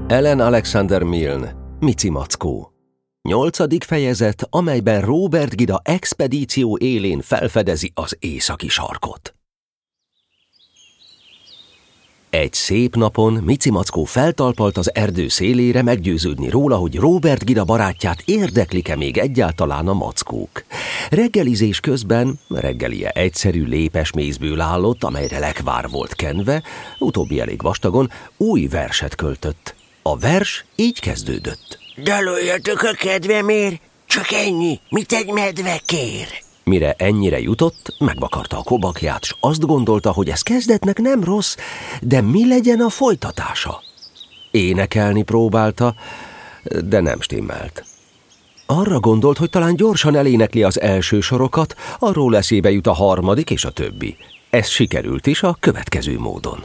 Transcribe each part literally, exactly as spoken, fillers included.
Ellen Alexander Milne, Mici Mackó. Nyolcadik fejezet, amelyben Róbert Gida expedíció élén felfedezi az északi sarkot. Egy szép napon Mici Mackó feltalpalt az erdő szélére meggyőződni róla, hogy Róbert Gida barátját érdeklik-e még egyáltalán a mackók. Reggelizés közben, reggelie egyszerű lépes mézből állott, amelyre lekvár volt kenve, utóbbi elég vastagon, új verset költött. A vers így kezdődött. Daloljatok a kedvemért, csak ennyi, mit egy medve kér. Mire ennyire jutott, megvakarta a kobakját, s azt gondolta, hogy ez kezdetnek nem rossz, de mi legyen a folytatása? Énekelni próbálta, de nem stimmelt. Arra gondolt, hogy talán gyorsan elénekli az első sorokat, arról eszébe jut a harmadik és a többi. Ez sikerült is a következő módon.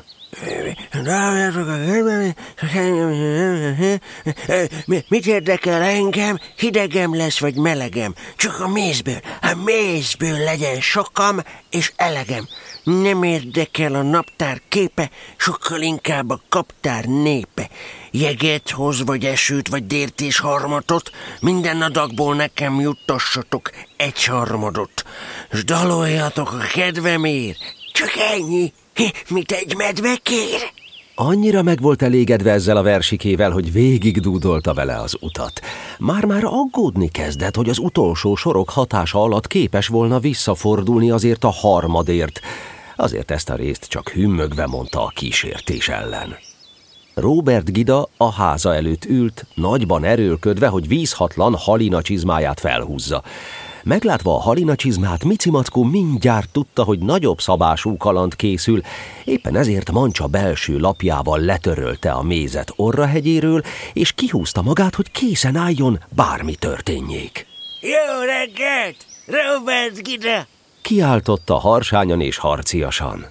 Mit érdekel engem, hidegem lesz vagy melegem? Csak a mézből, a mézből legyen sokam és elegem. Nem érdekel a naptár képe, sokkal inkább a kaptár népe. Jeget hoz, vagy esőt, vagy dért és harmatot, minden adagból nekem juttassatok egy harmadot. S daloljatok a kedvemért, csak ennyi, mit egy medve kér. Annyira meg volt elégedve ezzel a versikével, hogy végig dúdolta vele az utat. Már-már aggódni kezdett, hogy az utolsó sorok hatása alatt képes volna visszafordulni azért a harmadért. Azért ezt a részt csak hümmögve mondta a kísértés ellen. Róbert Gida a háza előtt ült, nagyban erőlködve, hogy vízhatlan halina csizmáját felhúzza. Meglátva a halina csizmát, Mici Mackó mindjárt tudta, hogy nagyobb szabású kaland készül, éppen ezért mancsa belső lapjával letörölte a mézet Orrahegyéről, és kihúzta magát, hogy készen álljon, bármi történjék. Jó reggelt, Róbert Gida! Kiáltotta harsányan és harciasan.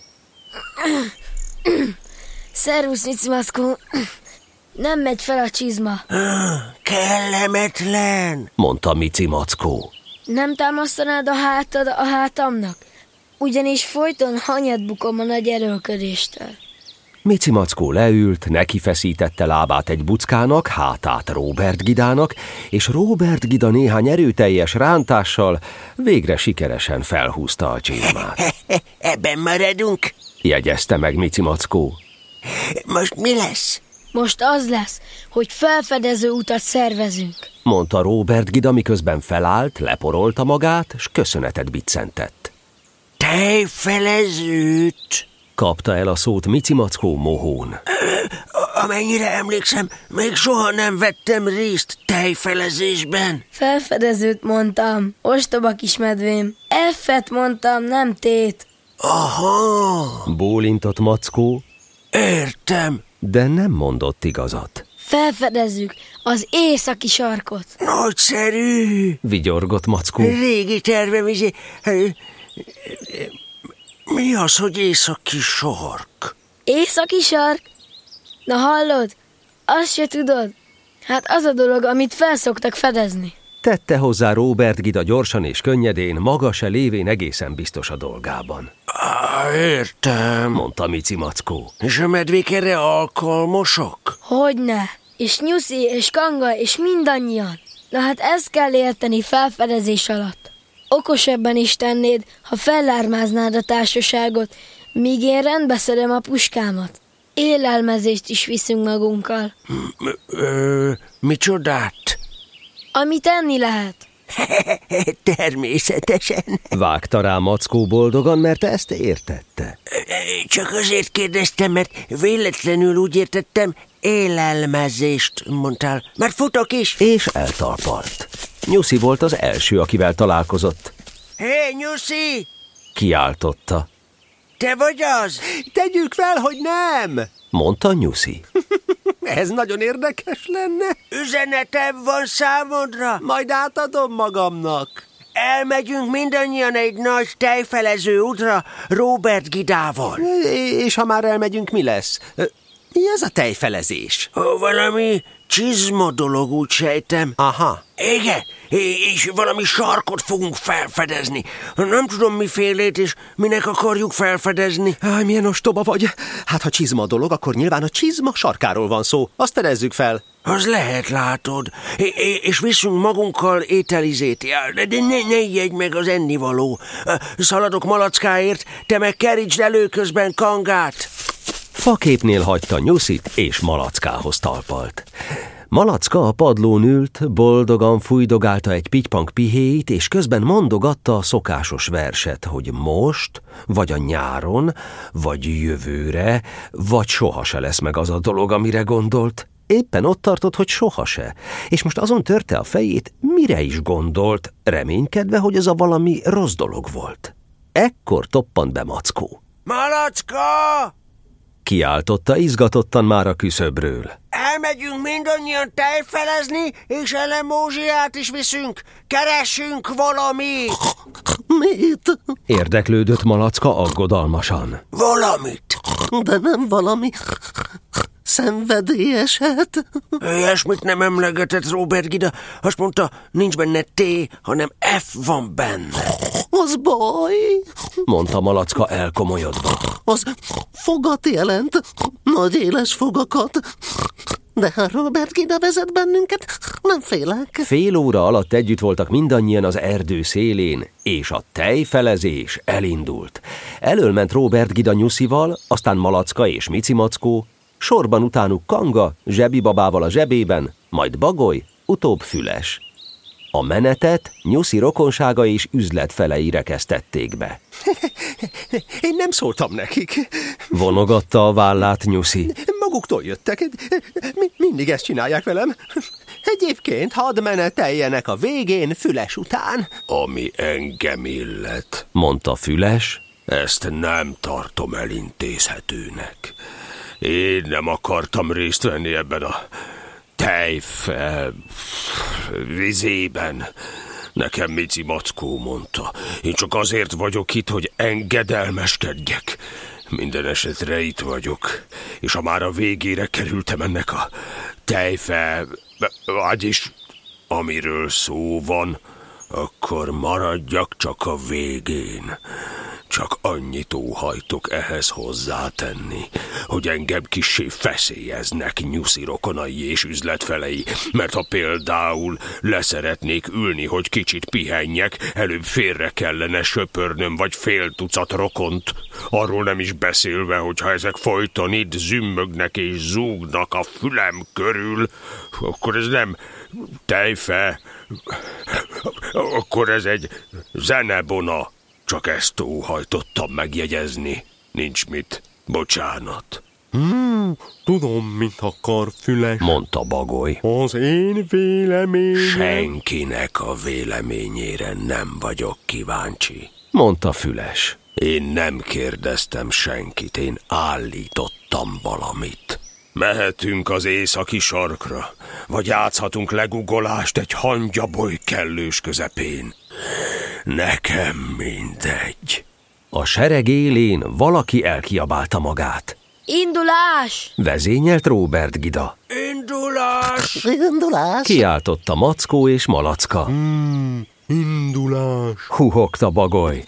Szervusz, Mici Mackó! Nem megy fel a csizma. Kellemetlen, mondta Mici Mackó. Nem támasztanád a hátad a hátamnak? Ugyanis folyton hanyat bukom a nagy erőlködéstől. Mici Mackó leült, neki feszítette lábát egy buckának, hátát Róbert Gidának, és Róbert Gida néhány erőteljes rántással végre sikeresen felhúzta a csizmát. Ebben maradunk? Jegyezte meg Mici Mackó. Most mi lesz? Most az lesz, hogy felfedező utat szervezünk, mondta Róbert Gida, miközben felállt, leporolta magát, s köszönetet biccentett. Tejfelezőt? Kapta el a szót Mici Mackó mohón. Amennyire emlékszem, még soha nem vettem részt tejfelezésben. Felfedezőt mondtam, ostoba kis medvém. F-et mondtam, nem tét. Aha, Bólintott Mackó, értem. de nem mondott igazat. Felfedezzük az északi sarkot. Nagyszerű. Vigyorgott Mackó. Régi tervem is. Mi az, hogy északi sark? Északi sark? Na hallod? Azt se tudod? Hát az a dolog, amit felszoktak fedezni. Tette hozzá Róbert Gida gyorsan és könnyedén, maga se lévén egészen biztos a dolgában. Á, értem, Mondta Mici Mackó. És a medvék erre alkalmasak? Hogyne? És Nyuszi, és Kanga, és mindannyian. Na hát ezt kell érteni felfedezés alatt. Okosebban is tennéd, ha fellármáznád a társaságot, míg én rendbe szedem a puskámat. Élelmezést is viszünk magunkkal. Ö, micsodát? Amit enni lehet. Természetesen. Vágta rá Mackó boldogan, mert ezt értette. Csak azért kérdeztem, mert véletlenül úgy értettem, élelmezést mondtál. Már futok is. És eltalpalt. Nyuszi volt az első, akivel találkozott. Hé, Nyuszi! Kiáltotta. Te vagy az? Tegyük fel, hogy nem! Mondta Nyuszi. Ez nagyon érdekes lenne. Üzenetem van számodra. Majd átadom magamnak. Elmegyünk mindannyian egy nagy tejfelező útra Róbert Gidával. És ha már elmegyünk, mi lesz? Mi ez a tejfelezés? Ó, valami csizma dolog, úgy sejtem. Aha. Igen, és valami sarkot fogunk felfedezni. Nem tudom mifélét, és minek akarjuk felfedezni. Áj, milyen ostoba vagy. Hát ha csizma a dolog, akkor nyilván a csizma sarkáról van szó. Azt fedezzük fel. Az lehet, látod. És viszünk magunkkal ételizét. De ne, ne ijedj meg az ennivaló. Szaladok Malackáért, te meg kerítsd elő közben Kangát. Faképnél hagyta Nyuszit, és Malackához talpalt. Malacka a padlón ült, boldogan fújdogálta egy pitypank pihéit, és közben mondogatta a szokásos verset, hogy most, vagy a nyáron, vagy jövőre, vagy soha se lesz meg az a dolog, amire gondolt. Éppen ott tartott, hogy soha se, és most azon törte a fejét, mire is gondolt, reménykedve, hogy ez a valami rossz dolog volt. Ekkor toppant be Mackó. Malacka! Kiáltotta izgatottan már a küszöbről. Elmegyünk mindannyian tejfelezni, és elemózsiát is viszünk. Keressünk valamit! Mit? Érdeklődött Malacka aggodalmasan. Valamit! De nem valami szenvedélyeset? Ilyesmit nem emlegetett Róbert Gida. Azt mondta, nincs benne T, hanem F van benne. Az baj, mondta Malacka elkomolyodva. az fogat jelent, nagy éles fogakat. De ha Róbert Gida vezet bennünket, nem félek. Fél óra alatt együtt voltak mindannyian az erdő szélén, és a tejfelezés elindult. Elől ment Róbert Gida Nyuszival, aztán Malacka és Mici Mackó, sorban utánuk Kanga, Zsebi babával a zsebében, majd Bagoly, utóbb Füles. A menetet Nyuszi rokonsága és üzletfelei rekesztették be. Én nem szóltam nekik. Vonogatta a vállát Nyuszi. Maguktól jöttek. Mi, mindig ezt csinálják velem. Egyébként hadd meneteljenek a végén Füles után. Ami engem illet, mondta Füles, ezt nem tartom elintézhetőnek. Én nem akartam részt venni ebben a tejfe vizében. Nekem Mici Mackó mondta. Én csak azért vagyok itt, hogy engedelmeskedjek. Minden esetre itt vagyok, és ha már a végére kerültem ennek a tejfe, vagyis amiről szó van, akkor maradjak csak a végén. Csak annyit óhajtok ehhez hozzátenni, hogy engem kissé feszélyeznek Nyuszi rokonai és üzletfelei, mert ha például leszeretnék ülni, hogy kicsit pihenjek, előbb félre kellene söpörnöm vagy fél tucat rokont. Arról nem is beszélve, hogyha ezek folyton itt zümmögnek és zúgnak a fülem körül, akkor ez nem tejfe, akkor ez egy zenebona. Csak ezt óhajtottam megjegyezni. Nincs mit. Bocsánat. Hmm, tudom, mit akar Füles, mondta Bagoly. Az én véleményem... Senkinek a véleményére nem vagyok kíváncsi, mondta Füles. Én nem kérdeztem senkit, én állítottam valamit. Mehetünk az északi sarkra, vagy játszhatunk legugolást egy hangyaboly kellős közepén. Nekem mindegy. A sereg élén valaki elkiabálta magát. Indulás! Vezényelt Róbert Gida. Indulás! Indulás! Kiáltotta Mackó és Malacka. Hmm, indulás! Huhogta Bagoly.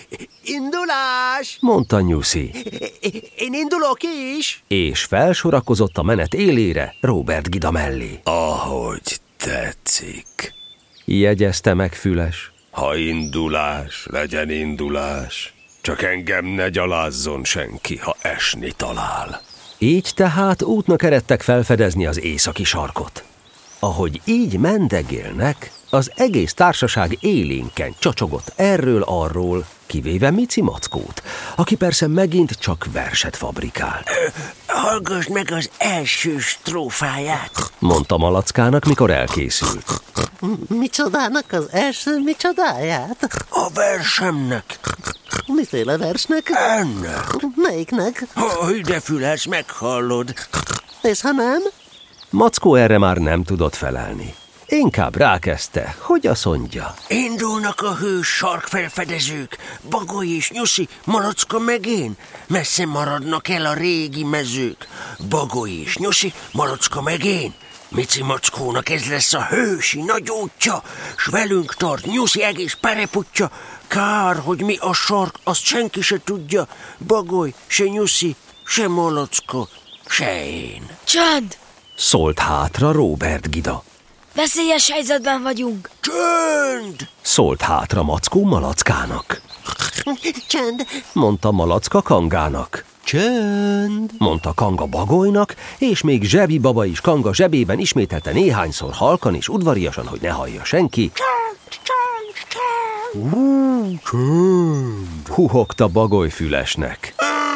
Indulás! Mondta Nyuszi. Én indulok is! És felsorakozott a menet élére Róbert Gida mellé. Ahogy tetszik. Jegyezte meg Füles. Ha indulás, legyen indulás. Csak engem ne gyalázzon senki, ha esni talál. Így tehát útnak eredtek felfedezni az északi sarkot. Ahogy így mendegélnek, az egész társaság élénken csacsogott erről-arról, kivéve Mici Mackót, aki persze megint csak verset fabrikált. Hallgass meg az első strófáját, mondta Malackának, mikor elkészült. Micsodának az első micsodáját? a versemnek. Miféle versnek? Ennek. Melyiknek? Ha ide Füles, meghallod. És ha nem? Mackó erre már nem tudott felelni. Inkább rákezdte, hogy azt mondja. Indulnak a hős sarkfelfedezők, Bagoly és Nyuszi, Malacka meg én. Messze maradnak el a régi mezők, Bagoly és Nyuszi, Malacka meg én. Mici Mackónak ez lesz a hősi nagy útja, s velünk tart Nyuszi egész pereputja. Kár, hogy mi a sark, azt senki se tudja. Bagoly, se Nyuszi, se Malacka, se én. Csönd! Szólt hátra Róbert Gida. Veszélyes helyzetben vagyunk. Csönd! Szólt hátra Mackó Malackának. Csend! Mondta Malacka Kangának. Csönd! Mondta Kanga Bagolynak, és még Zsebi baba is Kanga zsebében ismételte néhányszor halkan és udvariasan, hogy ne hallja senki. Csönd! Huhogta Bagoly Fülesnek.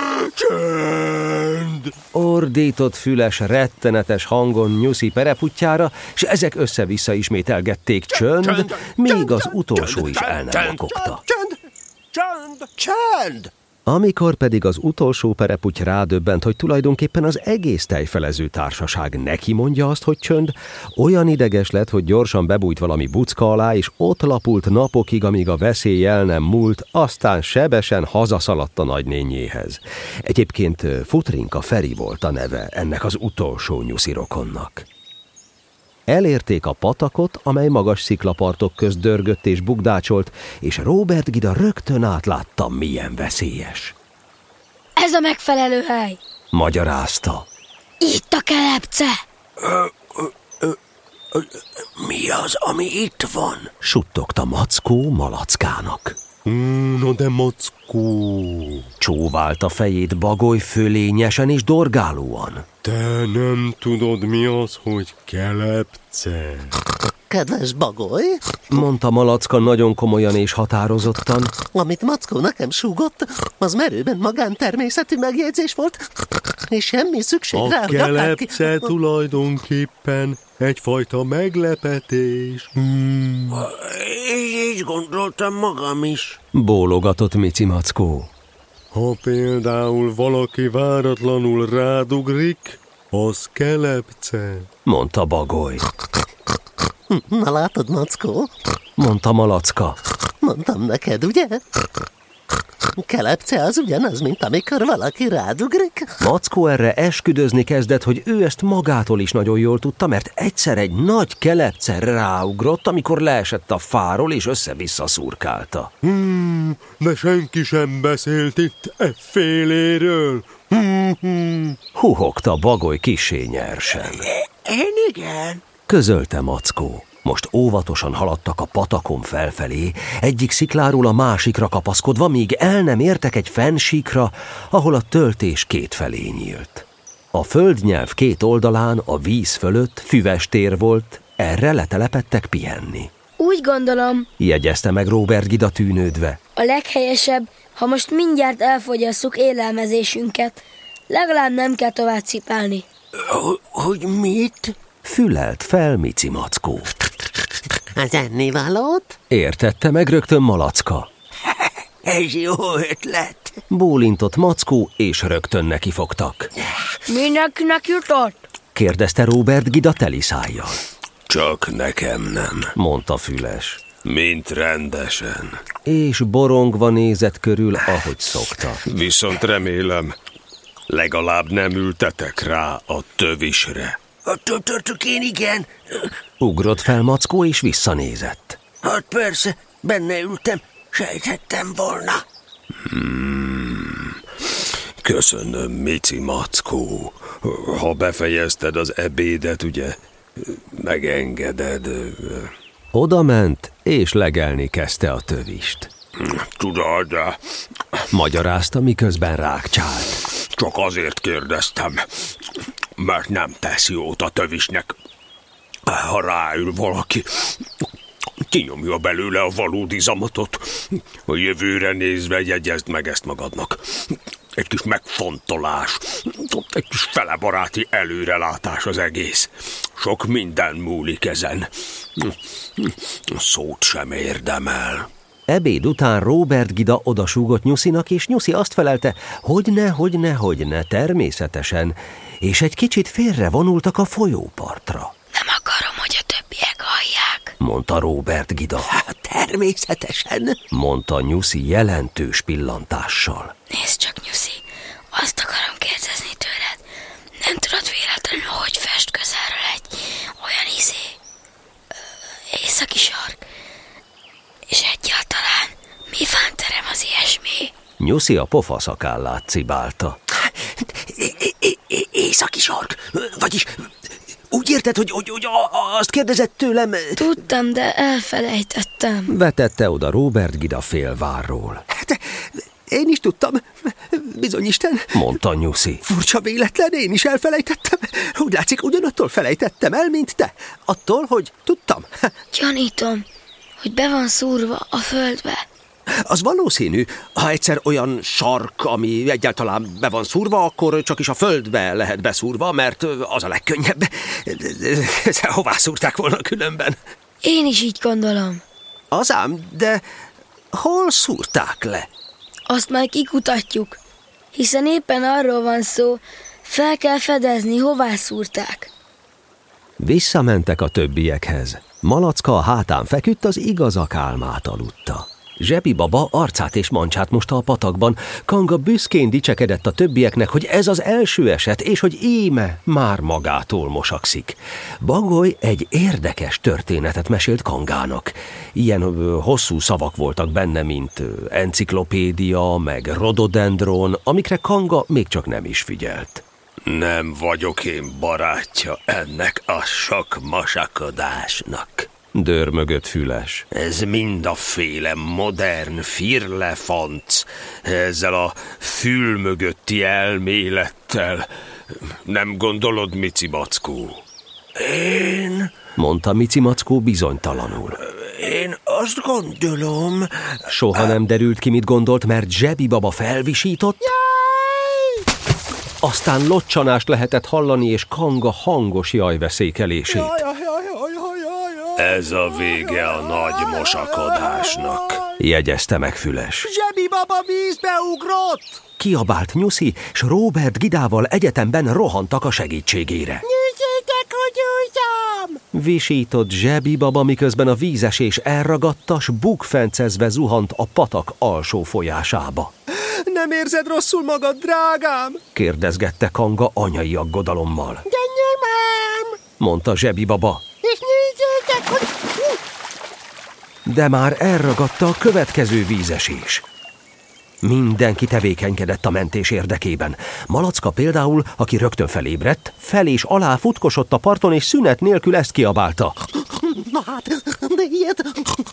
Csönd! Ordított Füles rettenetes hangon Nyuszi pereputjára, s ezek össze-vissza ismételgették csönd, csönd még csönd, az utolsó is el nem makogta. Csönd! Csönd! Csönd! Amikor pedig az utolsó pereputy rádöbbent, hogy tulajdonképpen az egész tejfelező társaság neki mondja azt, hogy csönd, olyan ideges lett, hogy gyorsan bebújt valami bucka alá, és ott lapult napokig, amíg a veszély el nem múlt, aztán sebesen hazaszaladt a nagynényéhez. Egyébként Futrinka Feri volt a neve ennek az utolsó Nyuszi rokonnak. Elérték a patakot, amely magas sziklapartok közt dörgött és bukdácsolt, és Róbert Gida rögtön átlátta, milyen veszélyes. Ez a megfelelő hely. Magyarázta. Itt a kelepce. Ö, ö, ö, ö, mi az, ami itt van? Suttogta Mackó Malackának. Na de Mackó! Csóválta fejét Bagoly fölényesen és dorgálóan. Te nem tudod, mi az, hogy kelepce? Kedves Bagoly, Mondta Malacka nagyon komolyan és határozottan. amit Mackó nekem súgott, az merőben magántermészetű megjegyzés volt, és semmi szükség A rá, hogy akárki... kelepce tulajdonképpen egyfajta meglepetés. Hmm. Így gondoltam magam is. Bólogatott Mici Mackó. Ha például valaki váratlanul rádugrik, az kelepce. Mondta Bagoly. Na látod, Mackó? Mondta Malacka. Mondtam neked, ugye? Kelepce az ugyanaz, mint amikor valaki rádugrik. Mackó erre esküdözni kezdett, hogy ő ezt magától is nagyon jól tudta, mert egyszer egy nagy kelepce ráugrott, amikor leesett a fáról és össze-vissza szurkálta. Hmm, de senki sem beszélt itt efféléről. Hmm, hmm. Huhogta Bagoly kissé nyersen. Én igen. Közölte Mackó. Most óvatosan haladtak a patakon felfelé, egyik szikláról a másikra kapaszkodva, míg el nem értek egy fennsíkra, ahol a töltés kétfelé nyílt. A földnyelv két oldalán a víz fölött füves tér volt, erre letelepedtek pihenni. Úgy gondolom, Jegyezte meg Róbert Gida tűnődve. a leghelyesebb, ha most mindjárt elfogyasszuk élelmezésünket. Legalább nem kell tovább cipálni. Hogy, hogy mit? Fülelt fel Mici Mackó. Az ennivalót? Értette meg rögtön Malacka. Ez jó ötlet. Bólintott Mackó, és rögtön nekifogtak. Mindenkinek jutott? Kérdezte Róbert Gida teli szájjal. Csak nekem nem. Mondta Füles. Mint rendesen. És borongva nézett körül, ahogy szokta. Viszont remélem, legalább nem ültetek rá a tövisre. Tudtuk én igen. Ugrott fel Mackó, és visszanézett. Hát persze, benne ültem, sejthettem volna. Hmm. Köszönöm, Mici Mackó. Ha befejezted az ebédet, ugye, megengeded. Oda ment, és legelni kezdte a tövist. Tudod, Magyarázta, miközben rákcsált. csak azért kérdeztem, mert nem tesz jót a tövisnek. Ha ráül valaki, kinyomja belőle a valódi zamatot. A jövőre nézve jegyezd meg ezt magadnak. Egy kis megfontolás, egy kis felebaráti előrelátás az egész. Sok minden múlik ezen. Szót sem érdemel. Ebéd után Róbert Gida odasúgott Nyuszinak, és Nyuszi azt felelte, hogyne, hogyne, hogyne, természetesen, és egy kicsit félre vonultak a folyópartra. Nem akarom, hogy a többiek hallják. Mondta Róbert Gida. Hát természetesen. Mondta Nyuszi jelentős pillantással. Nézd csak, Nyuszi, azt akarom kérdezni tőled. Nem tudod véletlenül, hogy fest közelről egy északi sark. És egyáltalán mi fánterem az ilyesmi? Nyuszi a pofaszakállát cibálta. Északi sark? Vagyis úgy érted, hogy, hogy, hogy azt kérdezett tőlem... Tudtam, de elfelejtettem. Vetette oda Róbert Gida félvárról. Hát, én is tudtam. Bizony Isten. Mondta Nyuszi. Furcsa véletlen, én is elfelejtettem. Úgy látszik, ugyanattól felejtettem el, mint te. Attól, hogy tudtam. Gyanítom, hogy be van szúrva a földbe. Az valószínű. Ha egyszer olyan sark, ami egyáltalán be van szúrva, akkor csak is a földbe lehet beszúrva, mert az a legkönnyebb. Hová szúrták volna különben? Én is így gondolom. Az ám, de hol szúrták le? Azt majd kikutatjuk, hiszen éppen arról van szó, fel kell fedezni, hová szúrták. Visszamentek a többiekhez. Malacka a hátán feküdt, az igazak álmát aludta. Zsebi baba arcát és mancsát mosta a patakban, Kanga büszkén dicsekedett a többieknek, hogy ez az első eset, és hogy íme már magától mosakszik. Bagoly egy érdekes történetet mesélt Kangának. Ilyen ö, hosszú szavak voltak benne, mint ö, enciklopédia, meg rododendron, amikre Kanga még csak nem is figyelt. Nem vagyok én barátja ennek a sok mosakodásnak, dörmögött Füles. Ez mind a féle modern firlefanc, ezzel a fül mögötti elmélettel. Nem gondolod, Mici Mackó? Én... mondta Mici Mackó bizonytalanul. Én azt gondolom... Soha nem derült ki, mit gondolt, mert Zsebi baba felvisított. Jaj! Aztán locsanást lehetett hallani, és Kanga hangos jajveszékelését. Jaj, jaj, jaj, jaj, jaj, jaj. Ez a vége a nagy mosakodásnak, jegyezte meg Füles. Zsebi baba vízbe ugrott! Kiabált Nyuszi, s Róbert Gidával egyetemben rohantak a segítségére. Nézzétek, hogy újtam! Visított Zsebi baba, miközben a vízesés elragadta, s bukfencezve zuhant a patak alsó folyásába. Nem érzed rosszul magad, drágám? Kérdezgette Kanga anyai aggodalommal. De nem! Mondta Zsebi baba. És nézzétek, hogy... De már elragadta a következő vízesés. Mindenki tevékenykedett a mentés érdekében. Malacka például, aki rögtön felébredt, fel és alá futkosott a parton, és szünet nélkül ezt kiabálta. Na hát, de ilyet...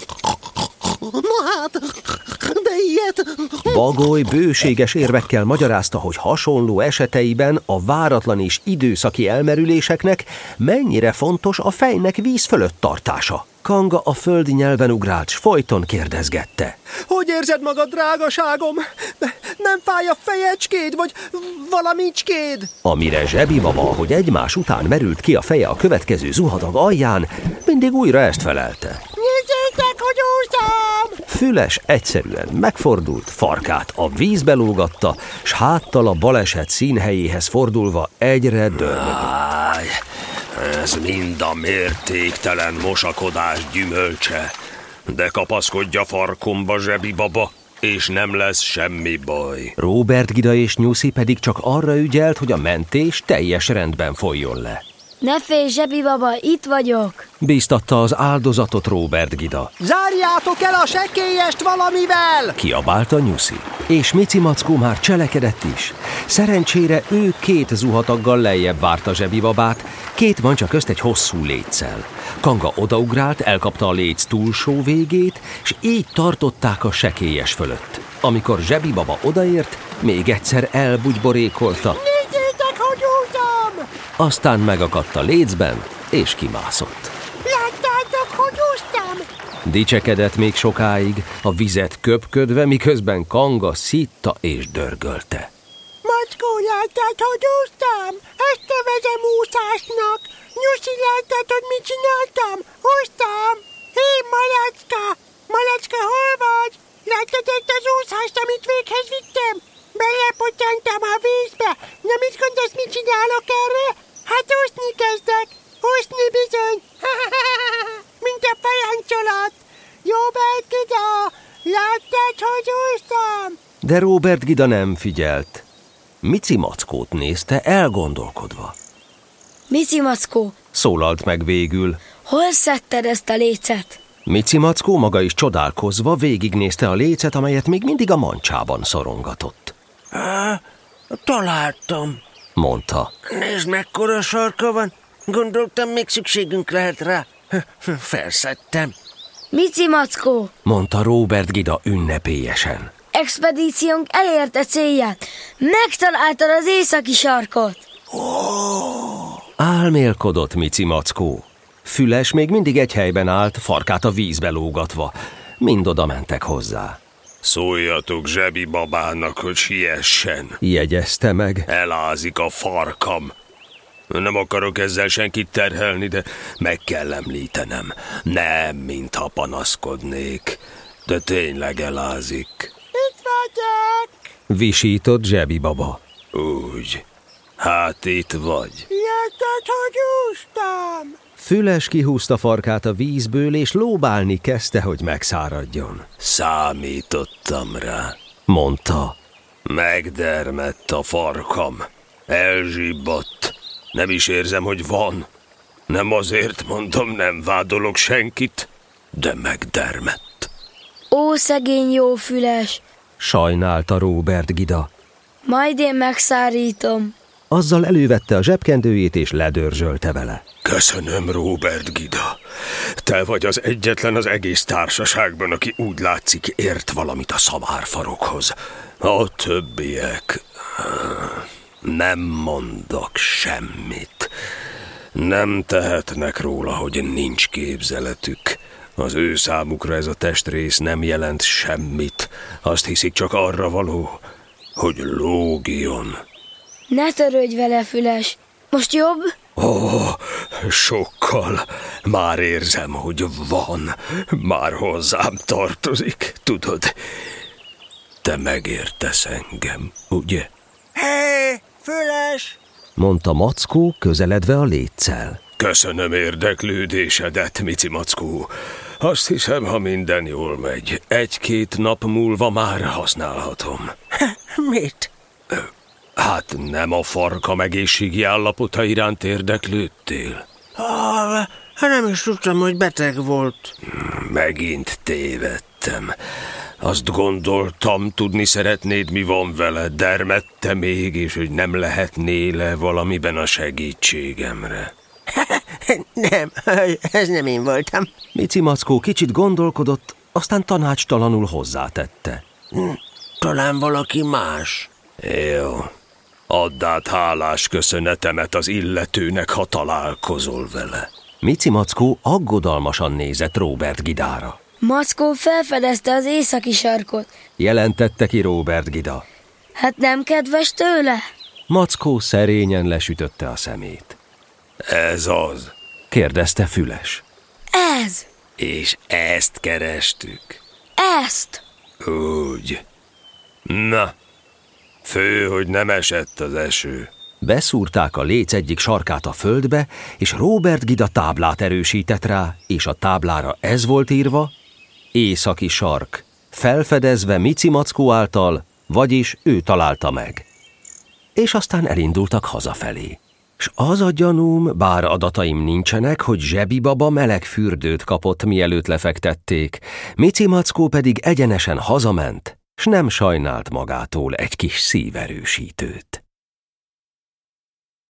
Na hát, de ilyet... Bagoly bőséges érvekkel magyarázta, hogy hasonló eseteiben a váratlan és időszaki elmerüléseknek mennyire fontos a fejnek víz fölött tartása. Kanga a földi nyelven ugrált, s folyton kérdezgette. Hogy érzed magad, drágaságom? Nem fáj a fejecskéd, vagy valamicskéd? Amire Zsebi baba, hogy egymás után merült ki a feje a következő zuhatag alján, mindig újra ezt felelte. Nézzétek, hogy úsztam! Füles egyszerűen megfordult, farkát a vízbe lógatta, s háttal a baleset színhelyéhez fordulva egyre dörmögött. Ez mind a mértéktelen mosakodás gyümölcse. De kapaszkodj a farkomba, Zsebi baba, és nem lesz semmi baj. Róbert Gida és Nyuszi pedig csak arra ügyelt, hogy a mentés teljes rendben folyjon le. Ne félj, Zsebi baba, itt vagyok! Bíztatta az áldozatot Róbert Gida. Zárjátok el a sekélyest valamivel! Kiabálta Nyuszi. És Mici Mackó már cselekedett is. Szerencsére ő két zuhataggal lejjebb várta Zsebi babát, két mancsa közt egy hosszú léccel. Kanga odaugrált, elkapta a léc túlsó végét, és így tartották a sekélyes fölött. Amikor Zsebi baba odaért, még egyszer elbugyborékolta. Nézzétek, hogy úsztam! Aztán megakadt a lécben, és kimászott. Láttátok, hogy úsztam? Dicsekedett még sokáig, a vizet köpködve, miközben Kanga szitta és dörgölte. Macskó, láttad, hogy úsztam? Ezt nevezem úszásnak. Nyuszi, láttad, hogy mit csináltam? Úsztam! Hé, Malacka! Malacka, hol vagy? Láttad ezt az úszást, amit véghez vittem? Belepotyantem a vízbe. Na, mit gondolsz, mit csinálok erre? Hát úszni kezdek. Úszni bizony. Mint a parancsolat. Róbert Gida, láttad, hogy úsztam? De Róbert Gida nem figyelt. Mici Mackót nézte elgondolkodva. Mici Mackó, Szólalt meg végül. Hol szedted ezt a lécet? Mici Mackó maga is csodálkozva végignézte a lécet, amelyet még mindig a mancsában szorongatott. Á, találtam, mondta. Nézd, mekkora sarka van. Gondoltam, még szükségünk lehet rá. Felszedtem. Mici Mackó, mondta Róbert Gida ünnepélyesen. expedíciónk elérte célját. Megtaláltad az északi sarkot. Álmélkodott Mici Mackó. Füles még mindig egy helyben állt, farkát a vízbe lógatva. Mind oda mentek hozzá. Szóljatok Zsebi babának, hogy siessen. Jegyezte meg. Elázik a farkam. Nem akarok ezzel senkit terhelni, de meg kell említenem. Nem, mintha panaszkodnék, de tényleg elázik. Itt vagyok. Visított Zsebi baba. Úgy. Hát itt vagy. Érted, hogy úsztam? Füles kihúzta farkát a vízből, és lóbálni kezdte, hogy megszáradjon. Számítottam rá, mondta. Megdermedt a farkam. Elzsibbott. Nem is érzem, hogy van. Nem azért mondom, nem vádolok senkit, de megdermett. Ó, szegény jó Füles, sajnálta Róbert Gida. majd én megszárítom. Azzal elővette a zsebkendőjét, és ledörzsölte vele. Köszönöm, Róbert Gida. Te vagy az egyetlen az egész társaságban, aki úgy látszik ért valamit a szamárfarokhoz. A többiek... Nem mondok semmit. Nem tehetnek róla, hogy nincs képzeletük. Az ő számukra ez a testrész nem jelent semmit. Azt hiszik, csak arra való, hogy lógjon. Ne törődj vele, Füles. Most jobb? Ó, sokkal. Már érzem, hogy van. Már hozzám tartozik, tudod. Te megértesz engem, ugye? Hé, Füles! mondta Mackó, közeledve a léccel. Köszönöm érdeklődésedet, Mici Mackó. Azt hiszem, ha minden jól megy, egy-két nap múlva már használhatom. Mit? Hát nem a farkam egészségi állapota iránt érdeklődtél? Ah, nem is tudtam, hogy beteg volt. Megint tévedtem. Azt gondoltam, tudni szeretnéd, mi van vele, dermedte még, és hogy nem lehetnél-e valamiben a segítségemre. Nem, ez nem én voltam. Mici Mackó kicsit gondolkodott, aztán tanácstalanul hozzátette. Talán valaki más. Jó, add át hálás köszönetemet az illetőnek, ha találkozol vele. Mici Mackó aggodalmasan nézett Róbert Gidára. Mackó felfedezte az északi sarkot. Jelentette ki Róbert Gida. Hát nem kedves tőle? Mackó szerényen lesütötte a szemét. Ez az. Kérdezte Füles. Ez! És ezt kerestük. Ezt! Úgy. Na, fő, hogy nem esett az eső. Beszúrták a léc egyik sarkát a földbe, és Róbert Gida táblát erősített rá, és a táblára ez volt írva: északi sark, felfedezve Mici Mackó által, vagyis ő találta meg. És aztán elindultak hazafelé. S az a gyanúm, bár adataim nincsenek, hogy Zsebi baba meleg fürdőt kapott, mielőtt lefektették, Mici Mackó pedig egyenesen hazament, s nem sajnált magától egy kis szíverősítőt.